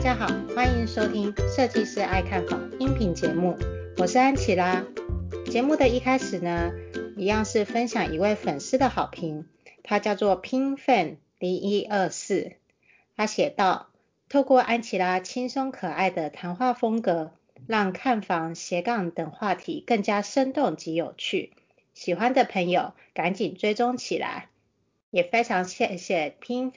家好，欢迎收听设计师爱看房音频节目，我是安琪拉。节目的一开始呢，一样是分享一位粉丝的好评，他叫做 PinFan0124，他写道：透过安琪拉轻松可爱的谈话风格，让看房、斜杠等话题更加生动及有趣，喜欢的朋友赶紧追踪起来。也非常谢谢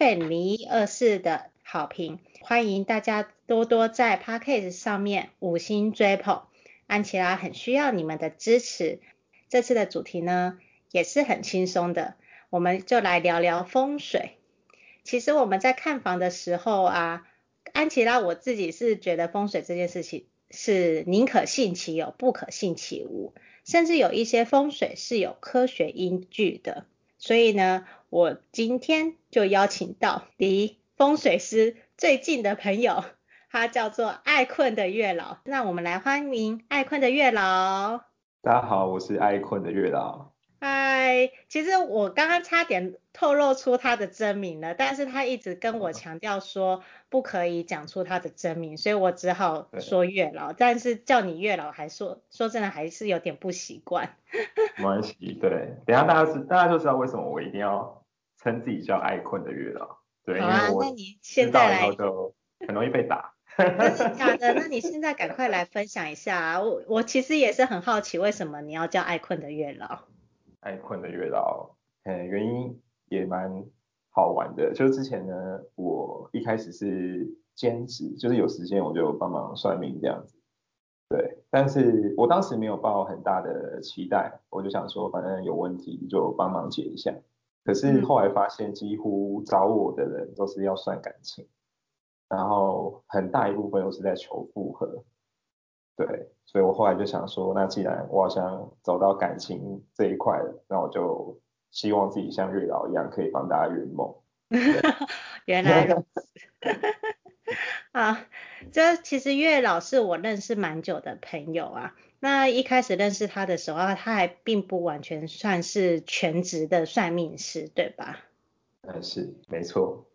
PinFan0124的好评，欢迎大家多多在 Podcast 上面5星追捧，安琪拉很需要你们的支持。这次的主题呢也是很轻松的，我们就来聊聊风水。其实我们在看房的时候啊，安琪拉我自己是觉得风水这件事情是宁可信其有不可信其无，甚至有一些风水是有科学依据的。所以呢，我今天就邀请到离风水师最近的朋友，他叫做爱困的月老。那我们来欢迎爱困的月老。 大家好，我是爱困的月老。 嗨，其实我刚刚差点透露出他的真名了，但是他一直跟我强调说不可以讲出他的真名，所以我只好说月老，但是叫你月老还说真的还是有点不习惯。 没关系，对，等一下大家就知道为什么我一定要称自己叫爱困的月老。对， 好啊， 因为我那你知道以现在来， 后就很容易被打。 真的假的？那你现在赶快来分享一下啊！我其实也是很好奇，为什么你要叫爱困的月老？ 爱困的月老，原因也蛮好玩的。就之前呢，我一开始是兼职，就是有时间我就帮忙算命这样子。对，但是我当时没有抱很大的期待，我就想说反正有问题就帮忙解一下。可是后来发现，几乎找我的人都是要算感情，然后很大一部分都是在求复合。对，所以我后来就想说，那既然我好像走到感情这一块了，那我就希望自己像月老一样，可以帮大家圆梦。对， 原来如此啊！这其实月老是我认识蛮久的朋友啊。那一开始认识他的时候，他还并不完全算是全职的算命师，对吧？ 是没错。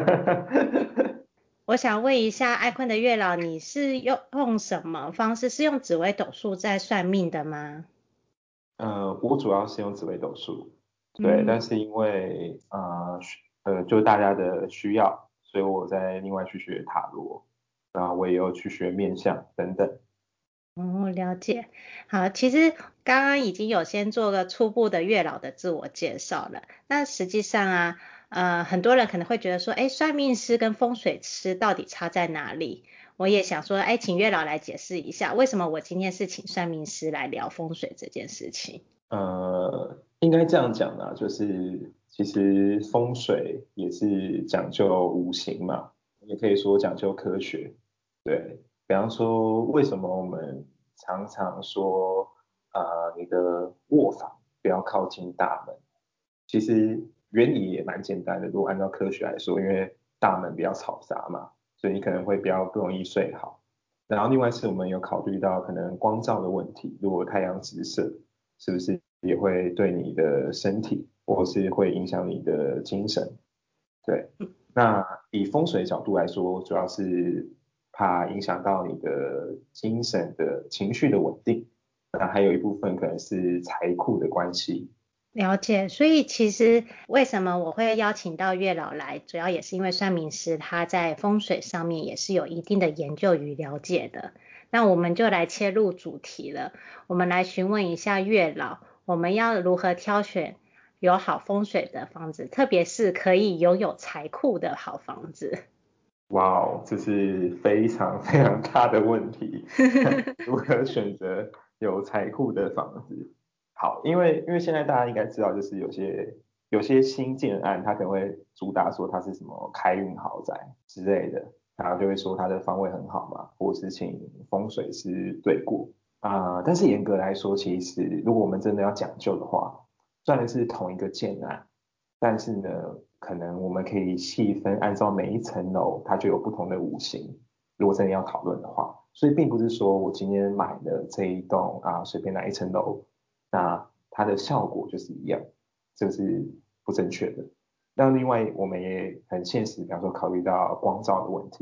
我想问一下，爱困的月老，你是用什么方式？是用紫微斗数在算命的吗？ 我主要是用紫微斗数，对， 嗯。 但是因为就是大家的需要，所以我在另外去学塔罗，然后我也有去学面相等等。 哦，了解。好，其实刚刚已经有先做个初步的月老的自我介绍了。那实际上啊，很多人可能会觉得说，哎，算命师跟风水师到底差在哪里？我也想说，哎，请月老来解释一下，为什么我今天是请算命师来聊风水这件事情。 应该这样讲呢，就是其实风水也是讲究五行嘛，也可以说讲究科学。对，比方说为什么我们常常说，你的卧房不要靠近大门，其实原理也蛮简单的。如果按照科学来说，因为大门比较嘈杂嘛，所以你可能会比较不容易睡好。然后另外是我们有考虑到可能光照的问题，如果太阳直射，是不是也会对你的身体，或是会影响你的精神？对，那以风水角度来说，主要是怕影响到你的精神的情绪的稳定，那还有一部分可能是财库的关系。 了解，所以其实为什么我会邀请到月老来，主要也是因为算命师他在风水上面也是有一定的研究与了解的。那我们就来切入主题了，我们来询问一下月老，我们要如何挑选有好风水的房子，特别是可以拥有财库的好房子。 哇哦，这是非常非常大的问题，如何选择有财库的房子？好，因为现在大家应该知道，就是有些新建案，它可能会主打说它是什么开运豪宅之类的，然后就会说它的方位很好嘛，或是请风水师对过但是严格来说，其实如果我们真的要讲究的话，虽然是同一个建案。但是呢，可能我们可以细分，按照每一层楼，它就有不同的五行。如果真的要讨论的话，所以并不是说我今天买的这一栋随便哪一层楼，那它的效果就是一样，这个是不正确的。那另外，我们也很现实，比方说考虑到光照的问题，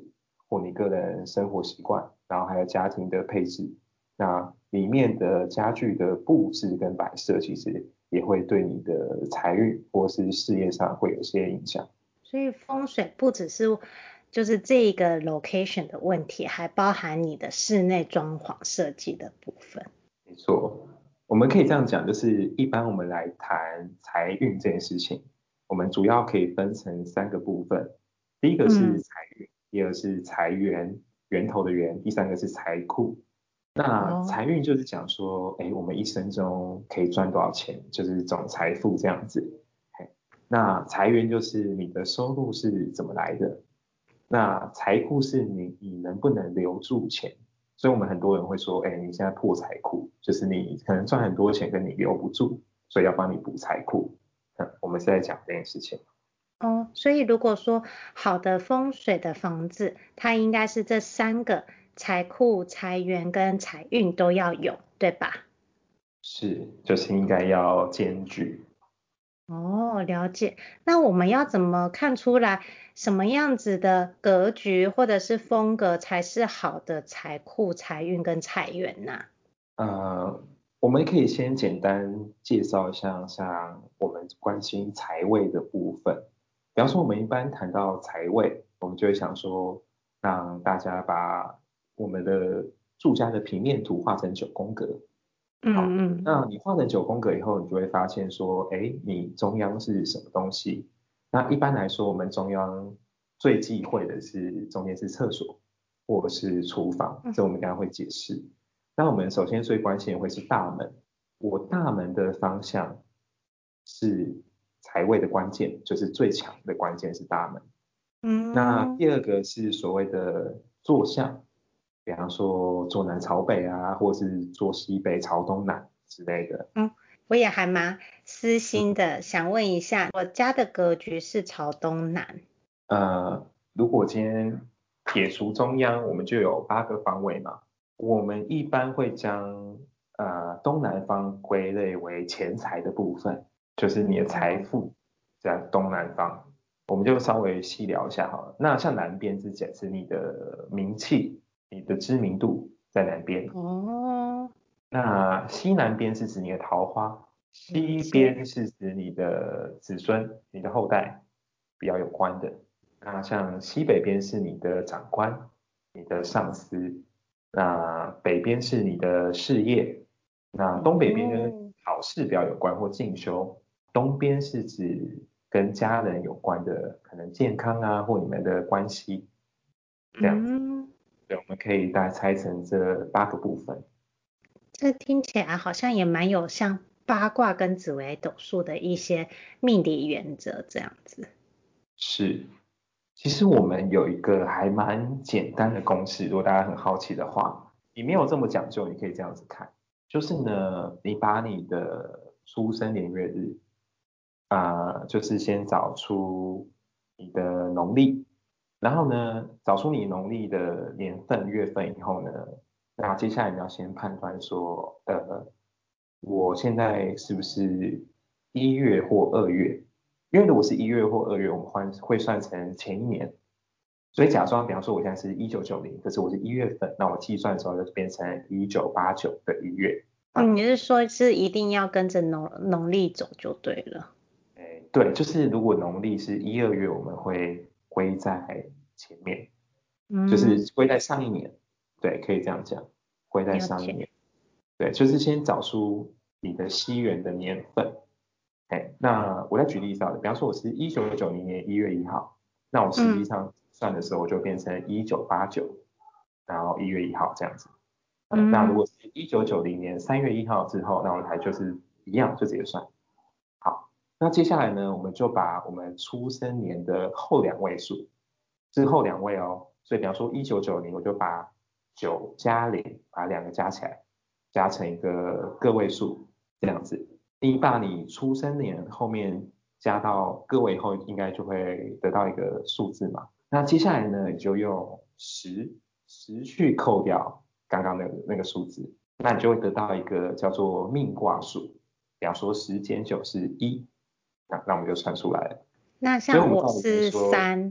或你个人生活习惯，然后还有家庭的配置，那里面的家具的布置跟摆设，其实也会对你的财运或是事业上会有些影响。 所以风水不只是就是这个 location 的问题，还包含你的室内装潢设计的部分。 没错，我们可以这样讲，就是一般我们来谈财运这件事情，我们主要可以分成三个部分。第一个是嗯， 财运，第二个是财源，源头的源，第三个是财库。那哦， 财运就是讲说，哎，我们一生中可以赚多少钱，就是总财富这样子。嘿那财源就是你的收入是怎么来的，那财库是你能不能留住钱。所以我们很多人会说，哎，你现在破财库，就是你可能赚很多钱，跟你留不住，所以要帮你补财库。我们是在讲这件事情。 哦，所以如果说好的风水的房子，它应该是这三个财库、财源跟财运都要有，对吧？ 是，就是应该要兼具。 哦，了解。那我们要怎么看出来什么样子的格局或者是风格才是好的财库、财运跟财源呢？ 呃，我们可以先简单介绍一下，像我们关心财位的部分。比方说，我们一般谈到财位，我们就会想说，让大家把我们的住家的平面图画成9宫格。好， 嗯嗯那你画成9宫格以后，你就会发现说，哎，你中央是什么东西？那一般来说，我们中央最忌讳的是中间是厕所或者是厨房， 嗯这我们刚刚会解释。那我们首先最关心的会是大门，我大门的方向是财位的关键，就是最强的关键是大门。那嗯第二个是所谓的坐向，比方说坐南朝北啊，或是坐西北朝东南之类的。 嗯，我也还蛮私心的，想问一下，我家的格局是朝东南。 如果今天撇除中央，我们就有8个方位嘛。我们一般会将东南方归类为钱财的部分，就是你的财富在东南方。我们就稍微细聊一下好了。那像南边是显示你的名气、你的知名度在南边。 哦， 那西南边是指你的桃花，西了解。 边是指你的子孙、你的后代比较有关的。那像西北边是你的长官、你的上司，那北边是你的事业，那东北边跟哦， 考试比较有关或进修，东边是指跟家人有关的，可能健康啊或你们的关系这样子。 嗯， 对，我们可以大概拆成这8个部分。 这听起来好像也蛮有像八卦跟紫微斗数的一些命理原则这样子。 是，其实我们有一个还蛮简单的公式，如果大家很好奇的话，你没有这么讲究，你可以这样子看，就是呢，你把你的出生年月日就是先找出你的农历，然后呢，找出你农历的年份、月份以后呢，那接下来你要先判断说，我现在是不是1月或2月？因为如果是1月或2月，我们会算成前一年。所以假装，比方说我现在是1990，可是我是1月份，那我计算的时候就变成1989的1月。 嗯，你是说是一定要跟着农历走就对了。 哎，对，就是如果农历是1、2月，我们会归在前面，就是嗯， 归在上一年。对，可以这样讲，归在了解。 上一年。对，就是先找出你的西元的年份。哎，那我再举例子好了，比方说我是1990年1月1号，那我实际嗯上算的时候就变成1989，然后1月1号这样子。那如嗯果是1990年3月1号之后，那我还就是一样，就直接算。好，那接下来呢，我们就把我们出生年的后2位数，是后2位哦。所以比方说1990，我就把9加0，把2个加起来，加成一个个位数，这样子。你把你出生年后面加到个位后，应该就会得到一个数字嘛。那接下来呢，你就用十去扣掉刚刚那个数字，那你就会得到一个叫做命卦数。比方说10减9是1，那我们就算出来了。 那所以我像我们照理来是说， 3，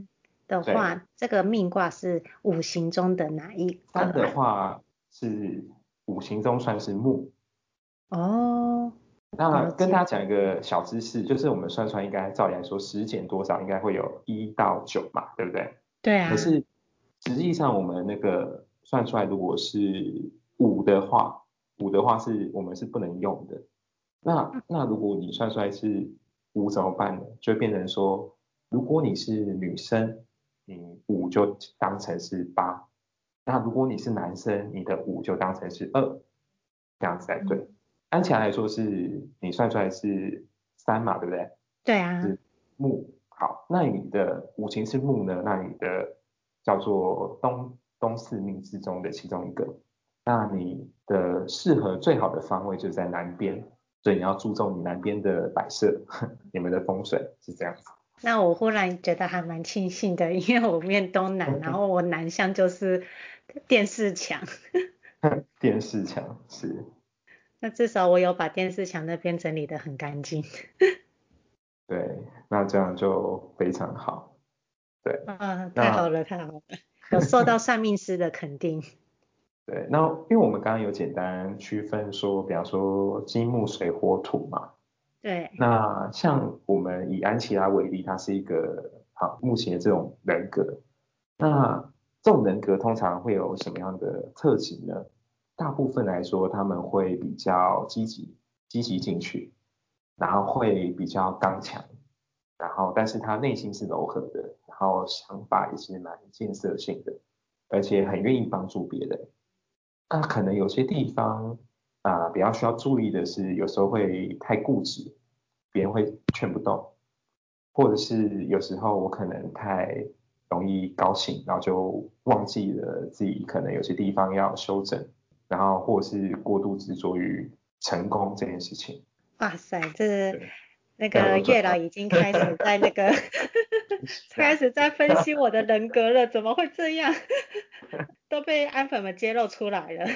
的对， 话，这个命卦是五行中的哪一个三的啊？ 话是五行中算是木。 哦，了解。 那跟大家讲一个小知识，就是我们算出来应该照理来说十减多少应该会有1到9嘛，对不对？ 对啊， 可是实际上我们那个算出来如果是五的话，五的话是我们是不能用的。那如果你算出来是五怎么办呢？就变成说，如果你是女生，你五就当成是8；那如果你是男生，你的五就当成是2，这样子才嗯， 对。安琪拉来说是你算出来是3嘛，对不对？ 对啊， 是木。好，那你的五行是木呢？那你的叫做东四命之中的其中一个。那你的适合最好的方位就在南边，所以你要注重你南边的摆设，你们的风水是这样子。 那我忽然觉得还蛮庆幸的，因为我面东南，然后我南向就是电视墙， 电视墙是， 那至少我有把电视墙那边整理得很干净。 对，那这样就非常好。对， 啊，太好那了，太好了，有受到算命师的肯定。 对，那因为我们刚刚有简单区分说，比方说金木水火土嘛， 对， 那像我们以安琪拉为例，他是一个好目前的这种人格。那这种人格通常会有什么样的特质呢？大部分来说，他们会比较积极进取，然后会比较刚强，然后但是他内心是柔和的，然后想法也是蛮建设性的，而且很愿意帮助别人。那可能有些地方比较需要注意的是，有时候会太固执，别人会劝不动，或者是有时候我可能太容易高兴，然后就忘记了自己可能有些地方要修正，然后或者是过度执着于成功这件事情。 哇塞，这对， 那这样个月老有准吗？ 已经开始在那个这样。 开始在分析我的人格了，怎么会这样？都被安粉们揭露出来了。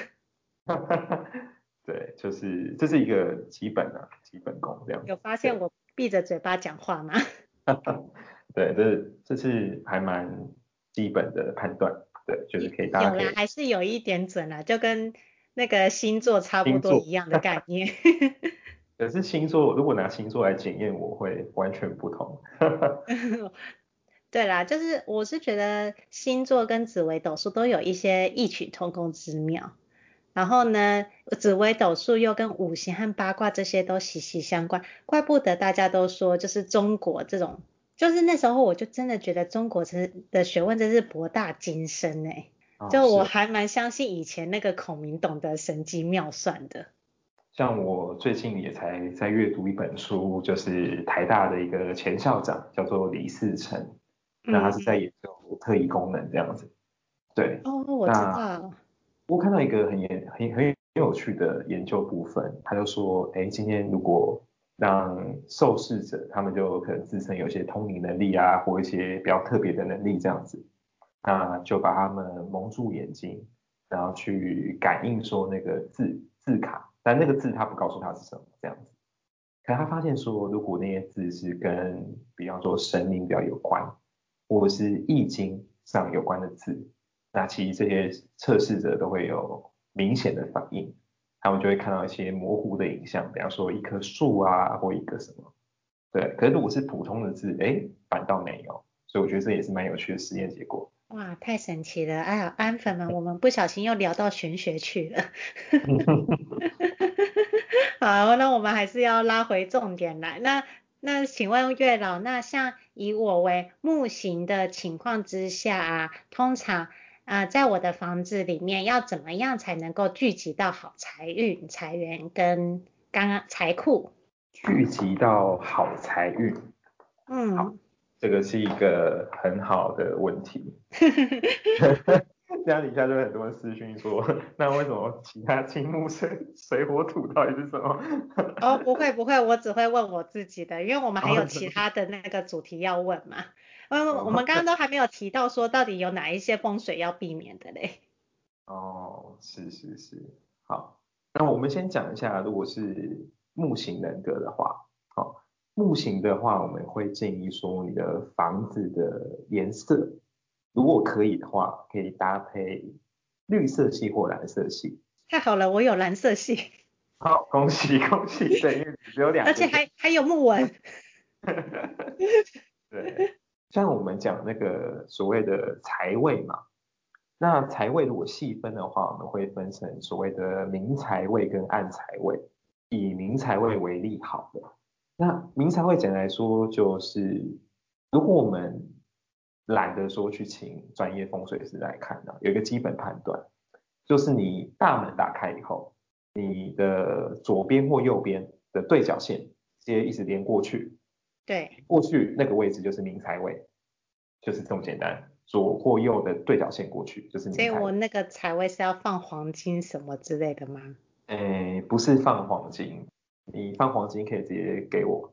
对，就是这是一个基本功这样子。 有发现对。 我闭着嘴巴讲话吗？ 对，这是还蛮基本的判断。对，就是大有啦， 家可以还是有一点准啦，就跟那个星座差不星座。 多一样的概念。 可是星座如果拿星座来检验，我会完全不同。 对啦，就是我是觉得星座跟紫微斗数都有一些异曲同工之妙。然后呢，紫微斗数又跟五行和八卦这些都息息相关，怪不得大家都说，就是中国这种，就是那时候我就真的觉得中国的学问真是博大精深诶， 哦， 就我是。 还蛮相信以前那个孔明懂得神机妙算的。 像我最近也才在阅读一本书，就是台大的一个前校长，叫做李嗣涔，那他是在嗯， 研究特异功能这样子。对， 哦，我知那道， 我看到一个很有趣的研究部分，他就说，哎，今天如果让受试者他们就可能自身有一些通灵能力啊，或一些比较特别的能力这样子，那就把他们蒙住眼睛，然后去感应说那个字卡，但那个字他不告诉他是什么这样子。可他发现说，如果那些字是跟比方说神明比较有关，或者是易经上有关的字，那其实这些测试者都会有明显的反应，他们就会看到一些模糊的影像，比方说一棵树啊，或一个什么。对，可是如果是普通的字，哎，反倒没有，所以我觉得这也是蛮有趣的实验结果。 哇，太神奇了！哎呀，安粉们，我们不小心又聊到玄学去了。好，那我们还是要拉回重点来。那请问月老，那像以我为木型的情况之下啊，通常在我的房子里面要怎么样才能够聚集到好财运、财源跟刚刚财库？ 聚集到好财运，好， 嗯， 这个是一个很好的问题。家底下就会很多人私讯说，那为什么其他金木水火土到底是什么？ 哦，不会不会，我只会问我自己的，因为我们还有其哦， 他的那个主题要问嘛。我们哦， 刚刚都还没有提到说到底有哪一些风水要避免的嘞。 哦，是，好，那我们先讲一下，如果是木型人格的话，好， 木型的话，我们会建议说你的房子的颜色，如果可以的话，可以搭配绿色系或蓝色系。 太好了，我有蓝色系， 好，恭喜恭喜！对，因为只有而且两个选。 还有木纹。 对，像我们讲那个所谓的财位嘛，那财位如果细分的话，我们会分成所谓的明财位跟暗财位。以明财位为例好了，那明财位简单来说就是，如果我们懒得说去请专业风水师来看呢，有一个基本判断，就是你大门打开以后，你的左边或右边的对角线直接一直连过去， 对， 过去那个位置就是明财位，就是这么简单，左或右的对角线过去就是所以我明财位。 那个财位是要放黄金什么之类的吗？ 不是放黄金，你放黄金可以直接给我。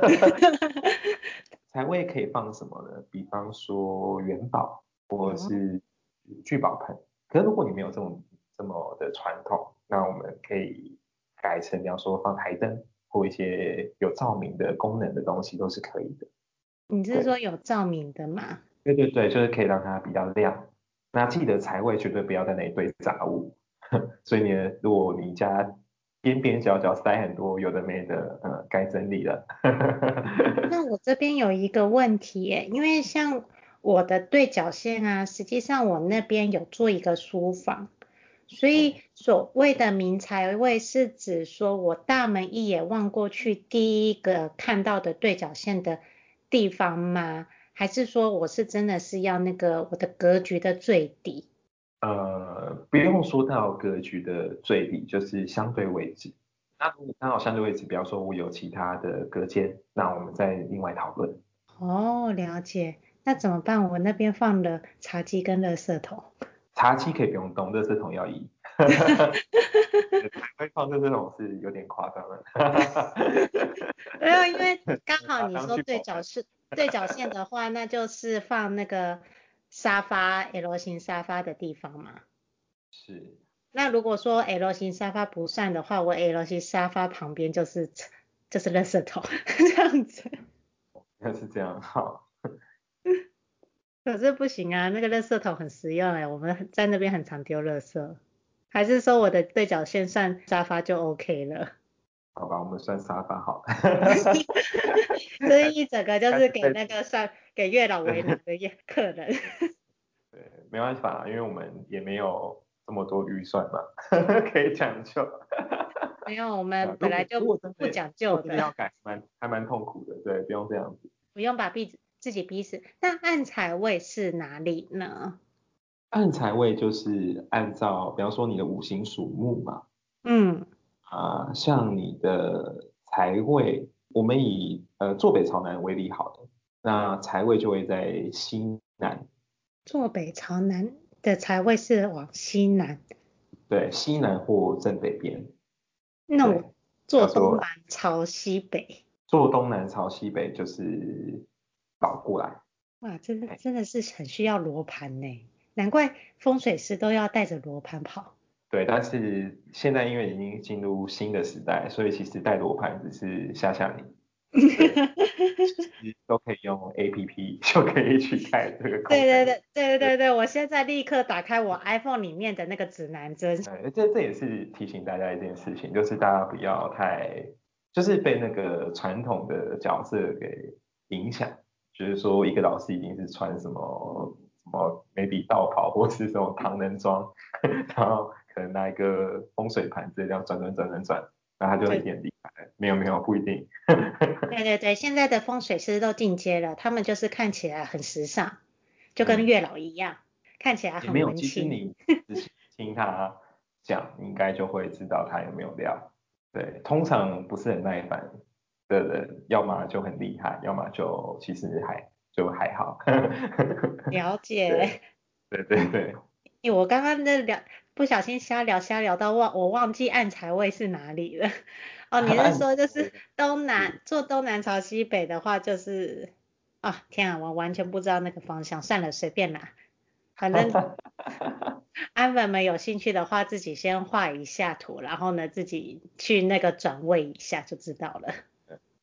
财位可以放什么呢？比方说元宝或者哦， 是聚宝盆。可是如果你没有这么的传统，那我们可以改成，比方说放台灯或一些有照明的功能的东西都是可以的。 你是对。 说有照明的吗？ 对对对，就是可以让它比较亮。那记得财位绝对不要在那一堆杂物。所以呢，如果你家边边角角塞很多有的没的，该整理了。 那我这边有一个问题耶，因为像我的对角线啊，实际上我那边有做一个书房，所以所谓的明财位是指说我大门一眼望过去，第一个看到的对角线的地方吗？还是说我是真的是要那个我的格局的最底？ 不用说到格局的最底，就是相对位置。那如果刚好相对位置，比方说我有其他的隔间，那我们再另外讨论。 哦，了解。那怎么办？我那边放了茶几跟垃圾桶。 茶几可以不用动，垃圾桶要移。才会放这种是有点夸张了。 没有，因为刚好把它当你说聚宝盆。 对角线的话，那就是放那个沙发 L 型沙发的地方嘛。 是， 那如果说 L 型沙发不算的话，我 L 型沙发旁边就是垃圾桶这样子。 那是这样，好。 可是不行啊，那个垃圾桶很实用哎，我们在那边很常丢垃圾。还是说我的对角线上沙发就 OK 了？ 好吧，我们算沙发好了。 这一整个就是给开始被那个给月老为对难的客人。 对，没办法，因为我们也没有这么多预算嘛，可以讲究。 没有，我对啊， 们本如果如来就果真的不讲如果究的， 真的要改，还蛮痛苦的，对，不用这样子。 不用把自己逼死。那暗财位是哪里呢？ 按财位就是按照，比方说你的五行属木嘛， 嗯， 像你的财位，我们以坐北朝南为例好了，那财位就会在西南。 坐北朝南的财位是往西南， 对，西南或正北边。 那我对，比坐东南方说朝西北。 坐东南朝西北就是倒过来。 哇，这个哎， 真的是很需要罗盘呢，难怪风水师都要带着罗盘跑。 对，但是现在因为已经进入新的时代，所以其实带罗盘只是吓吓你。对，其实都可以用 APP 就可以取代这个功能。对， 我现在立刻打开我 iPhone 里面的那个指南针。 这也是提醒大家一件事情，就是大家不要太，就是被那个传统的角色给影响，就是说一个老师一定是穿什么 maybe 道袍或是这种唐人装，然后可能拿一个风水盘子这样转转转转转，然后他就一对点厉害了。没有没有，不一定。 对，现在的风水师都进阶了，他们就是看起来很时尚，就跟嗯。 月老一样，看起来很也没有，其实文青。 你仔细听他讲，应该就会知道他有没有料。对，通常不是很耐烦的人，要么就很厉害，要么就其实还好。 了对解。 对对对。 因为我刚刚不小心瞎聊到我忘记暗财位是哪里了。哦，你是按说就是财位是坐东南朝西北的话，就是啊天啊，我完全不知道那个方向，算了，随便啦，反正安粉们有兴趣的话，自己先画一下图，然后呢自己去那个转位一下就知道了。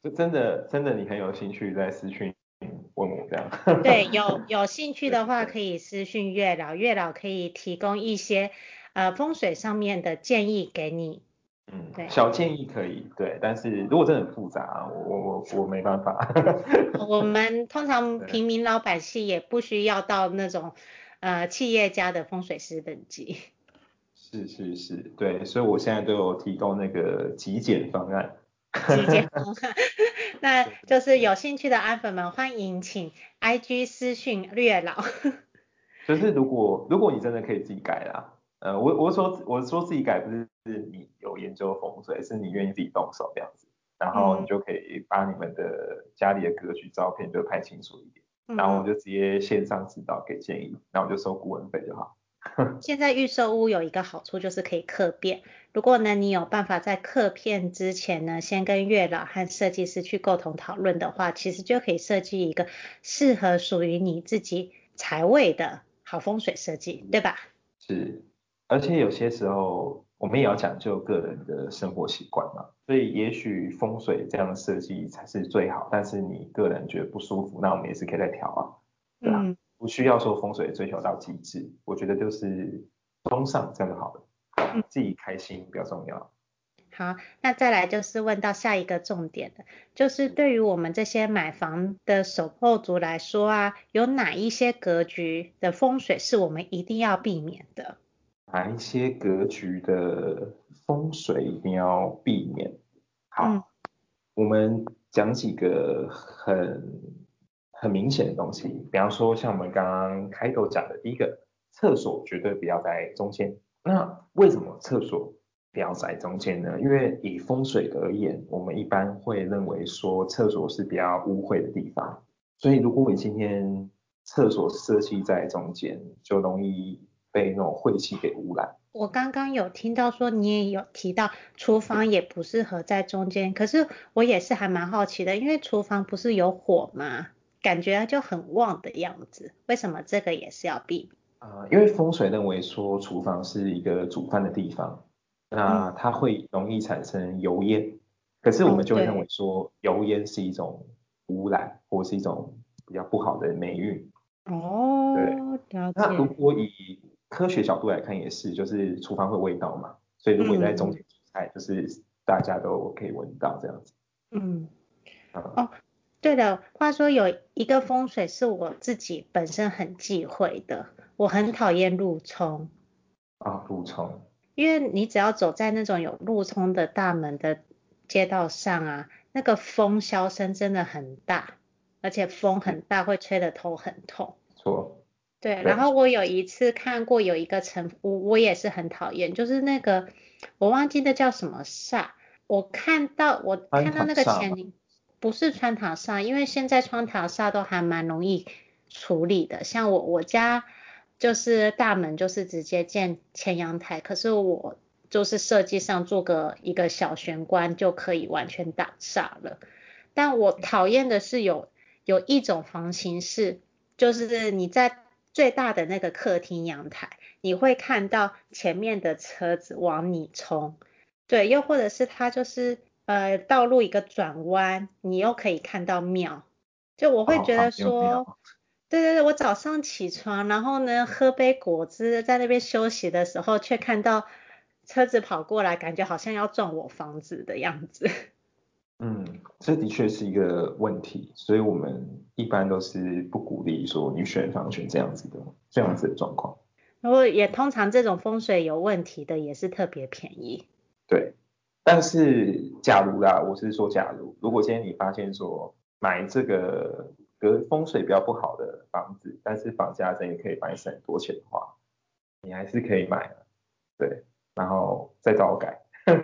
就真的你很有兴趣在私讯问我这样。 对，有兴趣的话可以私讯月老，月老可以提供一些风水上面的建议给你。对， 小建议可以，对，但是如果真的很复杂，我没办法。 我们通常对， 平民老百姓也不需要到那种企业家的风水师等级。 是是是，对，所以我现在都有提供那个极简方案。 极简方案，那对对就是有对， 兴趣的安粉们欢迎请 IG 私讯月老。 就是如果你真的可以自己改啦，我说自己改不是你有研究风水，是你愿意自己动手这样子，然后你嗯就可以把你们的家里的格局照片就拍清楚一点，然后我嗯嗯。 就直接线上指导给建议，然后我就收顾问费就好。 现在预售屋有一个好处就是可以客变，如果呢你有办法在客片之前呢，先跟月老和设计师去沟通讨论的话，其实就可以设计一个适合属于你自己财位的好风水设计，对吧？ 是，而且有些时候我们也要讲究个人的生活习惯嘛，所以也许风水这样的设计才是最好，但是你个人觉得不舒服，那我们也是可以再调啊，对啊， 嗯不需要说风水追求到极致，我觉得就是中上这样就好了， 嗯。 自己开心比较重要。 好，那再来就是问到下一个重点了，就是对于我们这些买房的首购族来说啊，有哪一些格局的风水是我们一定要避免的？ 哪一些格局的风水一定要避免？ 嗯好，我们讲几个很明显的东西，比方说像我们刚刚开头讲的第一个，厕所绝对不要在中间。那为什么厕所不要在中间呢？因为以风水而言，我们一般会认为说厕所是比较污秽的地方，所以如果你今天厕所设计在中间，就容易被那种晦气给污染。 我刚刚有听到说你也有提到厨房也不适合在中间，可是我也是还蛮好奇的，因为厨房不是有火吗？感觉就很旺的样子，为什么这个也是要避因为风水认为说厨房是一个煮饭的地方， 免？ 那它会容易产生油烟，可是我哦， 们就会认为对， 说油烟是一种污染或是一种比较不好的霉运。对， 哦，了那如解， 果以科学角度来看也是，就是厨房会有味道嘛，所以如果你在中嗯间煮菜，就是大家都可以闻到这样子。 嗯， 啊哦，对了，话说有一个风水是我自己本身很忌讳的，我很讨厌路冲。 补充， 因为你只要走在那种有路冲的大门的街道上啊，那个风箫声真的很大，而且风是很大，会吹得头很痛。 错， 对，然对， 后我有一次看过有一个城，我也是很讨厌，就是那个我忘记那叫什么煞，我看到穿堂那个煞嘛， 前庭不是穿堂煞，因为现在穿堂煞都还蛮容易处理的，像我家就是大门就是直接建前阳台，可是我就是设计上做个一个小玄关就可以完全挡煞了。但我讨厌的是有一种房型是，就是你在最大的那个客厅阳台，你会看到前面的车子往你冲，对，又或者是它就是道路一个转弯，你又可以看到庙，就我会觉得旁边有没说， 有？ 对对对，我早上起床，然后呢喝杯果汁，在那边休息的时候，却看到车子跑过来，感觉好像要撞我房子的样子。 嗯，这的确是一个问题，所以我们一般都是不鼓励说你选房选这样子的状况。 然后也通常这种风水有问题的也是特别便宜。 对，但是假如啦，我是说假如，如果今天你发现说买这个风水比较不好的房子，但是房价真的可以帮你省很多钱的话，你还是可以买的，对，然后再找我改。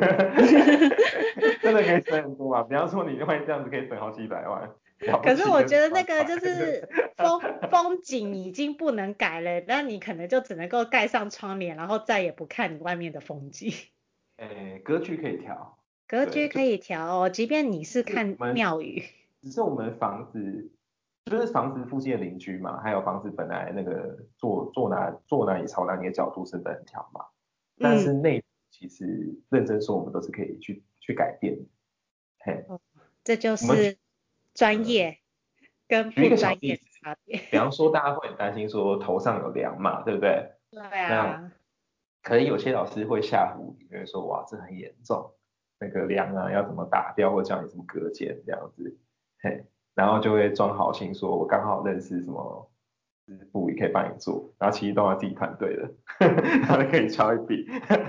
真的可以省很多啊！比方说你另外这样子可以省好几百万，了不可是起就几我觉得那万块。 个就是风景已经不能改了，那你可能就只能够盖上窗帘，然后再也不看你外面的风景。 格局可以调，对， 格局可以调哦，即便你是看是我们庙宇。 只是我们房子，就是房子附近的邻居嘛，还有房子本来那个坐哪里朝哪里的角度是不能调嘛，但嗯， 是内部其实认真说，我们都是可以去改变的。嘿， 这就我们是专业跟举一个小不专业的例子， 差别。 比方说大家会很担心说头上有梁嘛，对不对？ 对那啊， 可能有些老师会吓唬你，会说哇这很严重，那个梁啊要怎么打掉，或教你怎么隔间这样子，嘿，然后就会装好心说我刚好认识什么师傅也可以帮你做，然后其实都要自己团队的，然后可以抄一笔。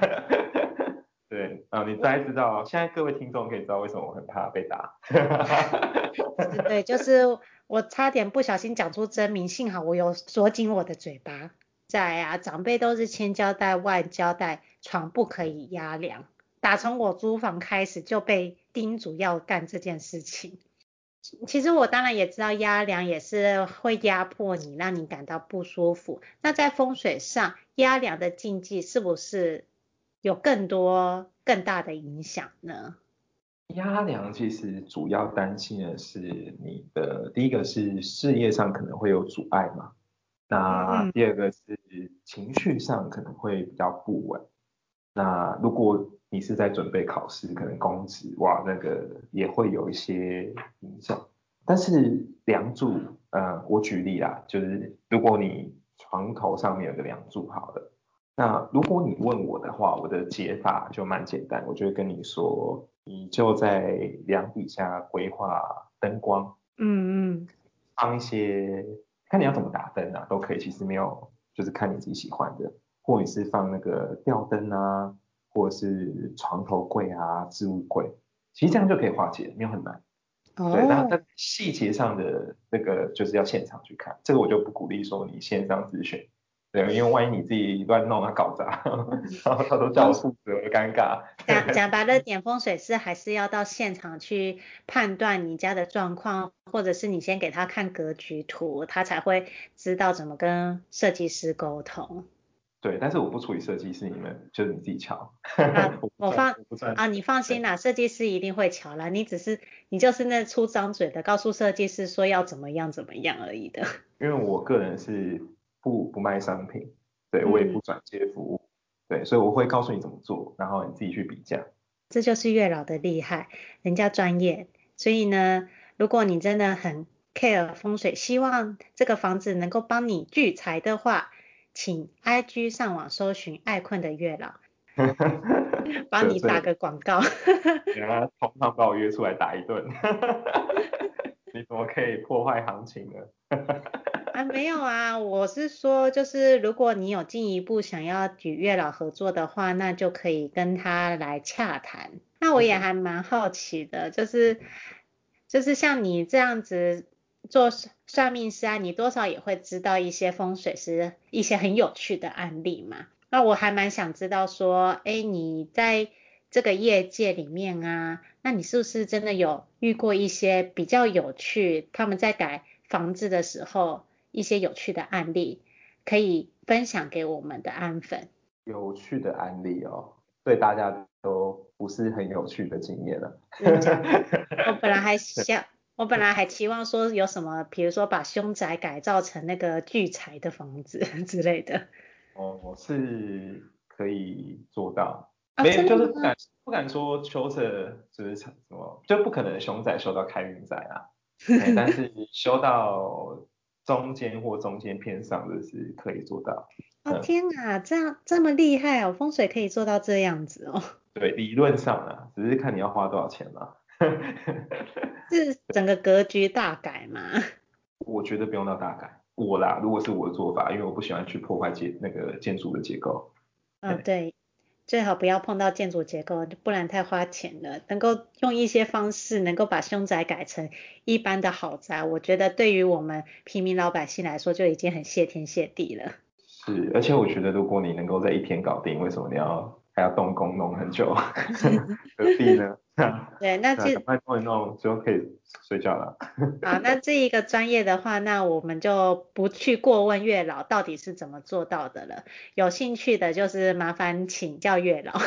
对啊，你大概知道，现在各位听众可以知道为什么我很怕被打。 对，就是我差点不小心讲出真名，幸好我有锁紧我的嘴巴。在啊，长辈都是千交代万交代，床不可以压梁。打从我租房开始就被叮嘱要干这件事情。其实我当然也知道压梁也是会压迫你，让你感到不舒服。那在风水上，压梁的禁忌是不是有更多更大的影响呢？ 压梁其实主要担心的是你的第一个是事业上可能会有阻碍嘛，那嗯第二个是情绪上可能会比较不稳。那如果你是在准备考试，可能公职哇那个也会有一些影响。但是梁柱，我举例啦，就是如果你床头上面有个梁柱好了。那如果你问我的话，我的解法就蛮简单，我就会跟你说，你就在梁底下规划灯光， 嗯嗯。 放一些，看你要怎么打灯啊，都可以，其实没有，就是看你自己喜欢的，或者是放那个吊灯啊，或者是床头柜啊、置物柜，其实这样就可以化解，没有很难。对，那哦， 但细节上的那个就是要现场去看，这个我就不鼓励说你线上咨询，对，因为万一你自己乱弄啊搞砸，然后他都叫我风负责，我就尴尬。 讲白了点，风水师还是要到现场去判断你家的状况，或者是你先给他看格局图，他才会知道怎么跟设计师沟通。 对，但是我不处理设计，是你们，就是你自己敲， 啊， 我不赚你钱。对， 放心啦，设计师一定会瞧啦，你就是那出张嘴的，告诉设计师说要怎么样怎么样而已的。 因为我个人是不卖商品，对，我也嗯。 不转接服务，对，所以我会告诉你怎么做，然后你自己去比价。 这就是月老的厉害，人家专业。所以呢，如果你真的很 care 风水，希望这个房子能够帮你聚财的话，请 IG 上网搜寻爱困的月老，帮你打得罪了， 个广告。 人家通常把我约出来打一顿，你怎么可以破坏行情呢？ 啊，没有啊，我是说，就是如果你有进一步想要与月老合作的话，那就可以跟他来洽谈。那我也还蛮好奇的，就是像你这样子做算命师啊，你多少也会知道一些风水师一些很有趣的案例嘛。那我还蛮想知道说，哎，你在这个业界里面啊，那你是不是真的有遇过一些比较有趣，他们在改房子的时候一些有趣的案例，可以分享给我们的安粉？ 有趣的案例哦，对大家都不是很有趣的经验了。 真假的？我本来还想，我本来还期望说有什么，比如说把凶宅改造成那个聚财的房子之类的。 哦，是可以做到， 啊， 没有， 真的吗？ 就是不敢说修车就是什么，就不可能熊仔修到开运仔啊，哎，但是修到中间或中间偏上的是可以做到， 哦天啊，这样这么厉害哦，风水可以做到这样子哦， 对，理论上啊，只是看你要花多少钱嘛。 是整个格局大改嘛？ 我觉得不用到大改，我啦，如果是我的做法，因为我不喜欢去破坏那个建筑的结构。 嗯，对，最好不要碰到建筑结构，不然太花钱了。能够用一些方式能够把凶宅改成一般的豪宅，我觉得对于我们平民老百姓来说就已经很谢天谢地了。 是，而且我觉得如果你能够在一天搞定，为什么还要动工弄很久？何必呢？ 对，那那赶这快弄一弄就可以睡觉了。 好，那这一个专业的话，那我们就不去过问月老到底是怎么做到的了。有兴趣的，就是麻烦请教月老。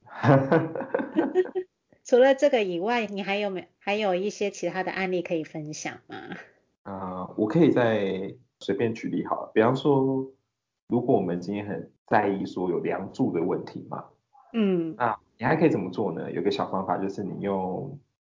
除了这个以外，你还有一些其他的案例可以分享吗？ 我可以再随便举例好了，比方说，如果我们今天很在意说有梁柱的问题嘛， 嗯那你还可以怎么做呢？有个小方法就是你用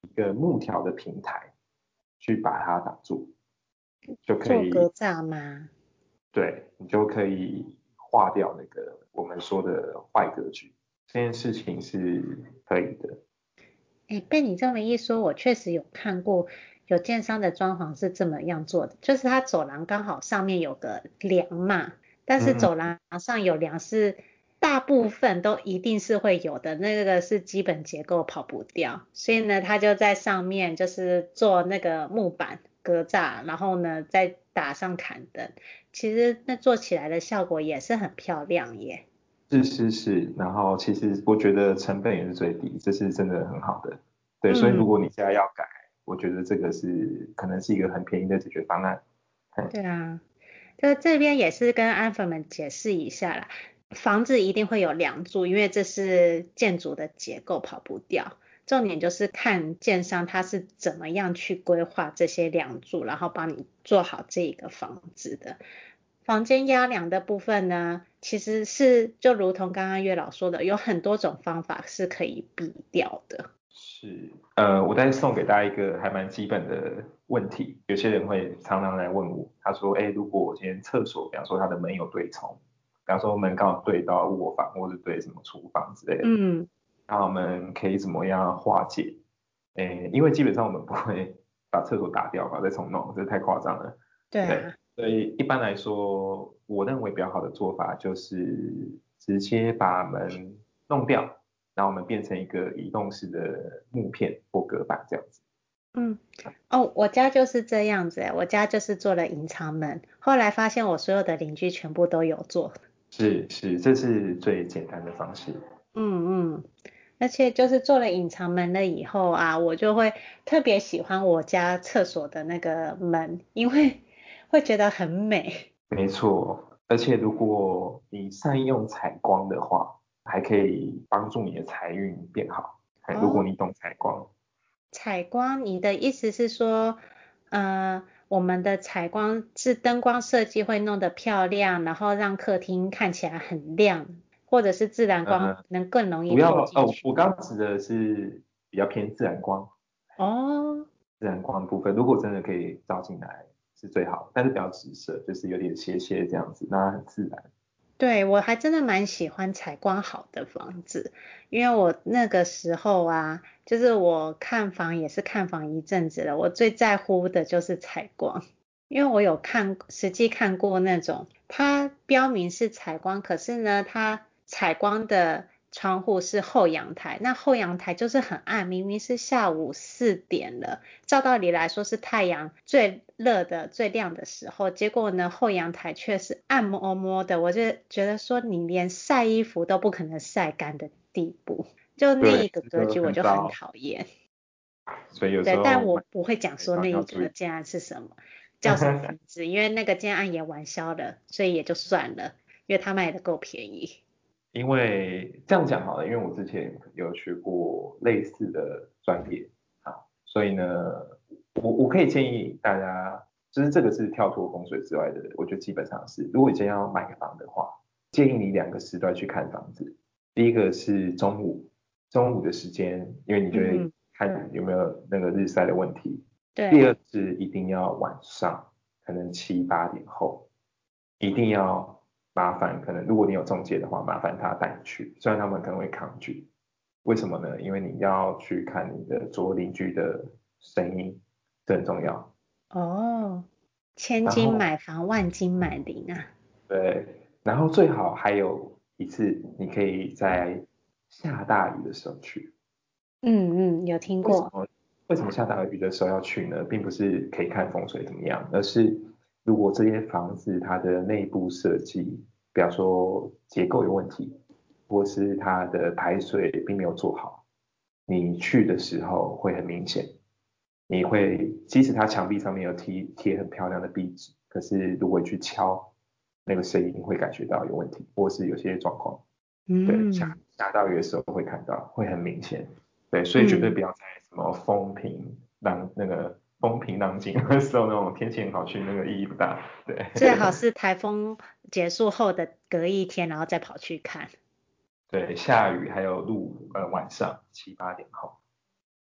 一个木条的平台去把它挡住，就可做格以， 栅吗？ 对，你就可以划掉那个我们说的坏格局。这件事情是可以的。 哎，被你这么一说，我确实有看过有建商的装潢是这么样做的，就是它走廊刚好上面有个梁嘛，但是嗯走廊上有梁是大部分都一定是会有的，那个是基本结构跑不掉，所以呢，它就在上面就是做那个木板格栅，然后呢再打上砍灯，其实那做起来的效果也是很漂亮耶。 是是是，然后其实我觉得成本也是最低，这是真的很好的。对，所以如嗯。 果你家要改，我觉得这个可能是一个很便宜的解决方案。嗯对啊，就这边也是跟安粉们解释一下啦，房子一定会有梁柱，因为这是建筑的结构，跑不掉。重点就是看建商他是怎么样去规划这些梁柱，然后帮你做好这一个房子的。房间压梁的部分呢，其实是就如同刚刚月老说的，有很多种方法是可以避掉的。 是，我再送给大家一个还蛮基本的问题，有些人会常常来问我，他说，哎，如果我今天厕所，比方说它的门有对冲，比方说门刚好对到卧房或者对什么厨房之类的， 嗯， 那我们可以怎么样化解？因为基本上我们不会把厕所打掉吧，再重弄，这太夸张了。对， 对啊。 所以一般来说，我认为比较好的做法就是直接把门弄掉，然后我们变成一个移动式的木片或隔板这样子。 嗯，哦，我家就是这样子诶，我家就是做了隐藏门，后来发现我所有的邻居全部都有做。 是是，这是最简单的方式。 嗯嗯，而且就是做了隐藏门了以后啊，我就会特别喜欢我家厕所的那个门，因为会觉得很美。 没错，而且如果你善用采光的话，还可以帮助你的财运变好。如果哦， 你懂采光。 采光，你的意思是说，我们的采光是灯光设计会弄得漂亮，然后让客厅看起来很亮，或者是自然光呃， 能更容易主要透进去。 我刚刚指的是比较偏自然光， 哦， 自然光的部分，如果真的可以照进来是最好的，但是不要直射，就是有点斜斜这样子，那很自然。 对，我还真的蛮喜欢采光好的房子，因为我那个时候啊，就是我看房也是看房一阵子了，我最在乎的就是采光，因为我有实际看过那种，它标明是采光，可是呢，它采光的窗户是后阳台，那后阳台就是很暗，明明是下午4点了。照道理来说是太阳最热的、最亮的时候，结果呢后阳台却是暗摸摸的，我就觉得说你连晒衣服都不可能晒干的地步，就那对， 一个格这个局我就很很糟， 讨厌。 所以有时对，但候买我不会讲买说那一房要注意。 个建案是什么，叫什么名字，因为那个建案也完销了，所以也就算了，因为他卖的够便宜。 因为这样讲好了，因为我之前有学过类似的专业啊，所以呢，我可以建议大家，就是这个是跳脱风水之外的，我觉得基本上是，如果你今天要买房的话，建议你2个时段去看房子。第一个是中午，中午的时间，因为你就会嗯， 看有没有那个日晒的问题。第二对， 是一定要晚上，可能7、8点后，一定要麻烦，可能如果你有中介的话，麻烦他带你去，虽然他们可能会抗拒。为什么呢？因为你要去看你的左右邻居的声音，这很重要。 哦，千金然后买房，万金买邻啊。 对，然后最好还有一次，你可以在下大雨的时候去。 嗯嗯，有听过。 为什么？为什么下大雨的时候要去呢？并不是可以看风水怎么样，而是如果这间房子它的内部设计，比方说结构有问题，或是它的排水并没有做好，你去的时候会很明显。你会即使它墙壁上面有贴很漂亮的壁纸，可是如果去敲，那个声音会感觉到有问题，或是有些状况。对， 嗯下大雨的时候会看到，会很明显。对，所以绝对嗯， 不要在什么风平浪静的时候，那种天气很好去，那个意义不大。对， 最好是台风结束后的隔一天，然后再跑去看。 对，下雨还有晚上7、8点后。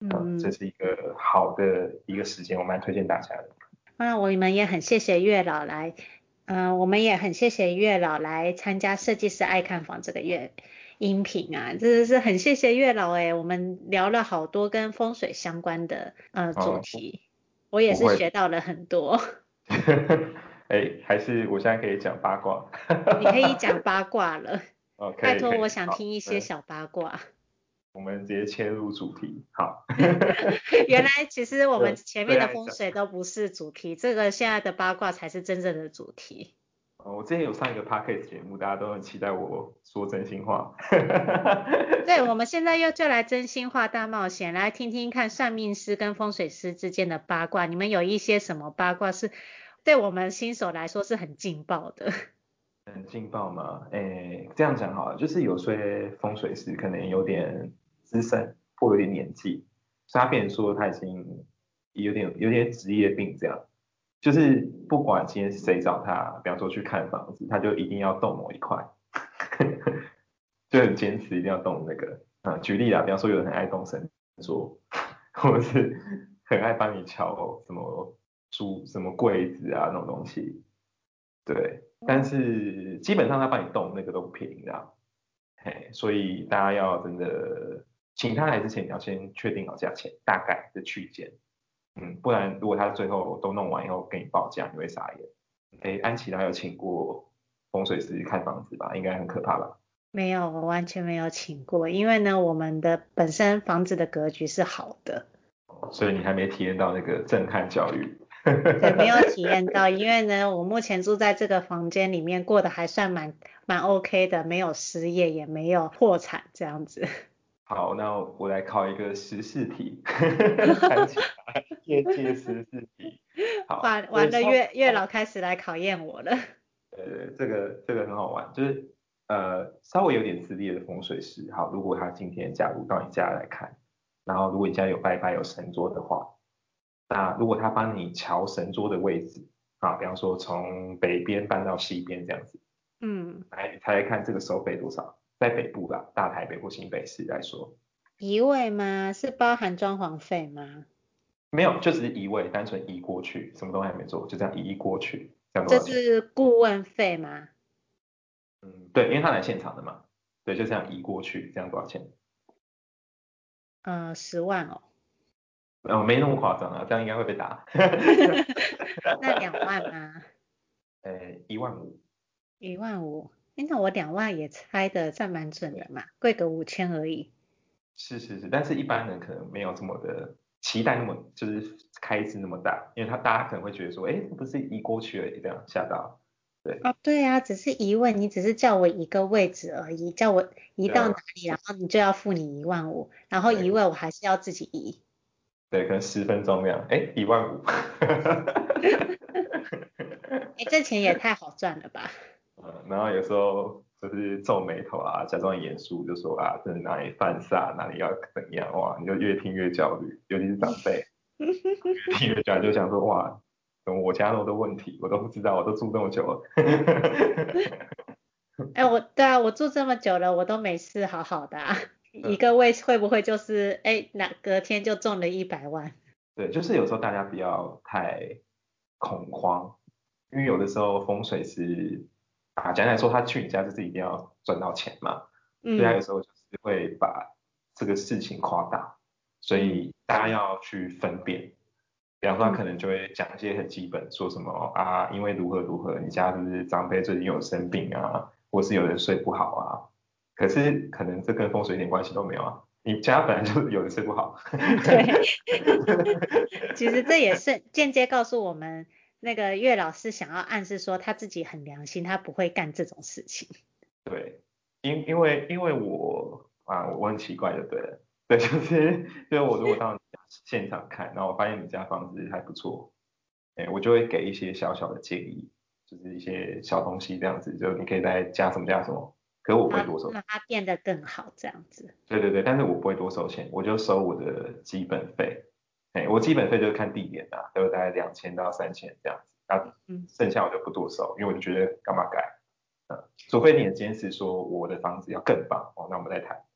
嗯， 这是一个好的一个时间，我蛮推荐大家的。 那我们也很谢谢月老来，我们也很谢谢月老来参加设计师爱看房这个音频啊，真的是很谢谢月老诶，我们聊了好多跟风水相关的主不题，我也是不会， 学到了很多。 哎，还是我现在可以讲八卦。 你可以讲八卦了， 哦，可拜托， 以可以， 我想好， 听一些小八卦。 我们直接切入主题，好。 原来其实我们对， 前面的风最爱讲。 水都不是主题，这个现在的八卦才是真正的主题。 我之前有上一个 podcast 节目，大家都很期待我说真心话。 对，我们现在就来真心话大冒险，来听听看算命师跟风水师之间的八卦。你们有一些什么八卦是对我们新手来说是很劲爆的？ 很劲爆吗？这样讲好了，就是有些风水师可能有点资深或有点年纪，所以他变成说他已经有点职业病这样，就是不管今天谁找他，比方说去看房子，他就一定要动某一块，就很坚持一定要动那个。举例啦，比方说有人很爱动神桌，或者是很爱帮你敲什么什么柜子啊那种东西，对。但哦， 是基本上他帮你动那个都不便宜啦，嘿，所以大家要真的请他来之前，你要先确定好价钱大概的区间，不然如果他最后都弄完以后给你报价，你会傻眼。安琪拉有请过风水师看房子吧？应该很可怕吧？ 没有，我完全没有请过，因为呢，我们的本身房子的格局是好的。 所以你还没体验到那个震撼教育。 对，没有体验到，因为呢，我目前住在这个房间里面，过得还算蛮 OK 的，没有失业，也没有破产这样子。 好，那我来考一个时事题，安琪拉业界时事题。好， 完了，月老开始来考验我了。 这个很好玩，就是稍微有点资历的风水师，好，如果他今天假如到你家来看，然后如果你家有拜拜有神桌的话，那如果他帮你调神桌的位置，啊，比方说从北边搬到西边这样子， 嗯， 来猜猜看这个收费多少？在北部啦，大台北或新北市来说， 移位吗？是包含装潢费吗？ 没有，就只是移位，单纯移过去，什么都还没做，就这样移过去，这样多少钱？ 这是顾问费吗？ 嗯，对，因为他来现场的嘛，对，就这样移过去，这样多少钱？ 10万哦。 没那么夸张啊，这样应该会被打。 那2万吗？ 1万5。 1万5，诶那我2万也猜的算蛮准的对， 嘛，贵个5000而已。 是是是，但是一般人可能没有这么的期待那么，就是开支那么大，因为大家可能会觉得说，哎，这不是移过去而已，这样吓到。对， 哦，对啊，只是疑问，你只是叫我移个位置而已，叫我移对啊， 到哪里，然后你就要付你1万5，然后移对位我还是要自己移。 对，可能10分钟这样，哎，1万5。 哎，这钱也太好赚了吧？ 然后有时候就是皱眉头啊，假装严肃，就说啊，这哪里犯煞，哪里要怎样，哇，你就越听越焦虑，尤其是长辈。听越讲就想说哇，怎么我家那么多问题，我都不知道，我都住这么久了。 哎，对啊，我住这么久了，我都没事好好的啊，一嗯， 个位会不会就是隔天就中了100万？ 对，就是有时候大家不要太恐慌，因为有的时候风水是简单来说，他去你家就是一定要赚到钱嘛，所以他嗯有时候就是会把这个事情夸大，所嗯以大家要去分辨。比方说，他嗯， 可能就会讲一些很基本，说什么啊，因为如何如何，你家是不是长辈最近有生病啊，或是有人睡不好啊？可是可能这跟风水一点关系都没有啊，你家本来就有人睡不好。 对，其实这也是间接告诉我们，那个岳老师想要暗示说他自己很良心，他不会干这种事情。 对，因为我很奇怪就对了，对，就是我如果到你家现场看，然后我发现你家房子还不错，我就会给一些小小的建议，就是一些小东西这样子，就你可以再加什么加什么，可我不会然后多收。 让它变得更好，这样子。 对对对，但是我不会多收钱，我就收我的基本费。我基本费就是看地点啊，都大概2000到3000这样子，那嗯， 剩下我就不多收，因为我就觉得干嘛改，除非你很坚持说我的房子要更棒哦，那我们再谈。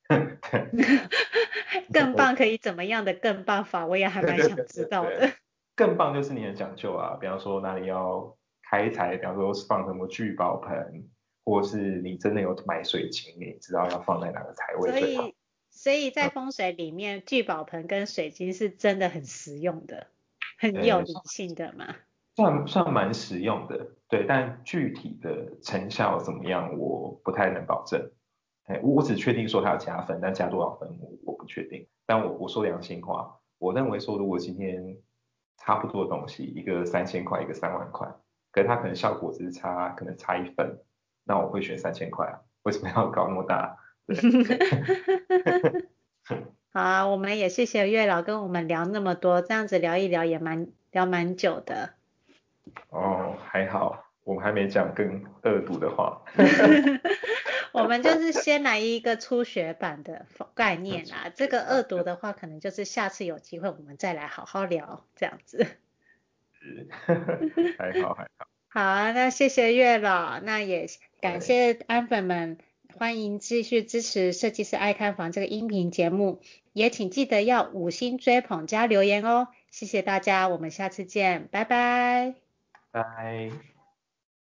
更棒可以怎么样的更棒法，我也还蛮想知道的。 更棒就是你很讲究啊，比方说哪里要开采，比方说放什么聚宝盆，或是你真的有买水晶，你知道要放在哪个财位最好。 所以，所以在风水里面，聚宝盆跟水晶是真的很实用的，很有呃， 灵性的嘛。 算蛮实用的，对，但具体的成效怎么样，我不太能保证。我只确定说它有加分，但加多少分我不确定。但我说良心话，我认为说如果今天差不多的东西，一个3000块，一个3万块，可是它可能效果只是可能差1分，那我会选3000块啊。为什么要搞那么大？对。 好啊，我们也谢谢月老跟我们聊那么多，这样子聊一聊也蛮久的。 哦，还好，我们还没讲更恶毒的话。 我们就是先来一个初学版的概念啦，这个恶毒的话，可能就是下次有机会我们再来好好聊，这样子。 是还好还好。 好啊，那谢谢月老，那也感对， 谢安粉们，欢迎继续支持设计师爱看房这个音频节目，也请记得要5星追捧加留言哦，谢谢大家，我们下次见，拜拜。 拜。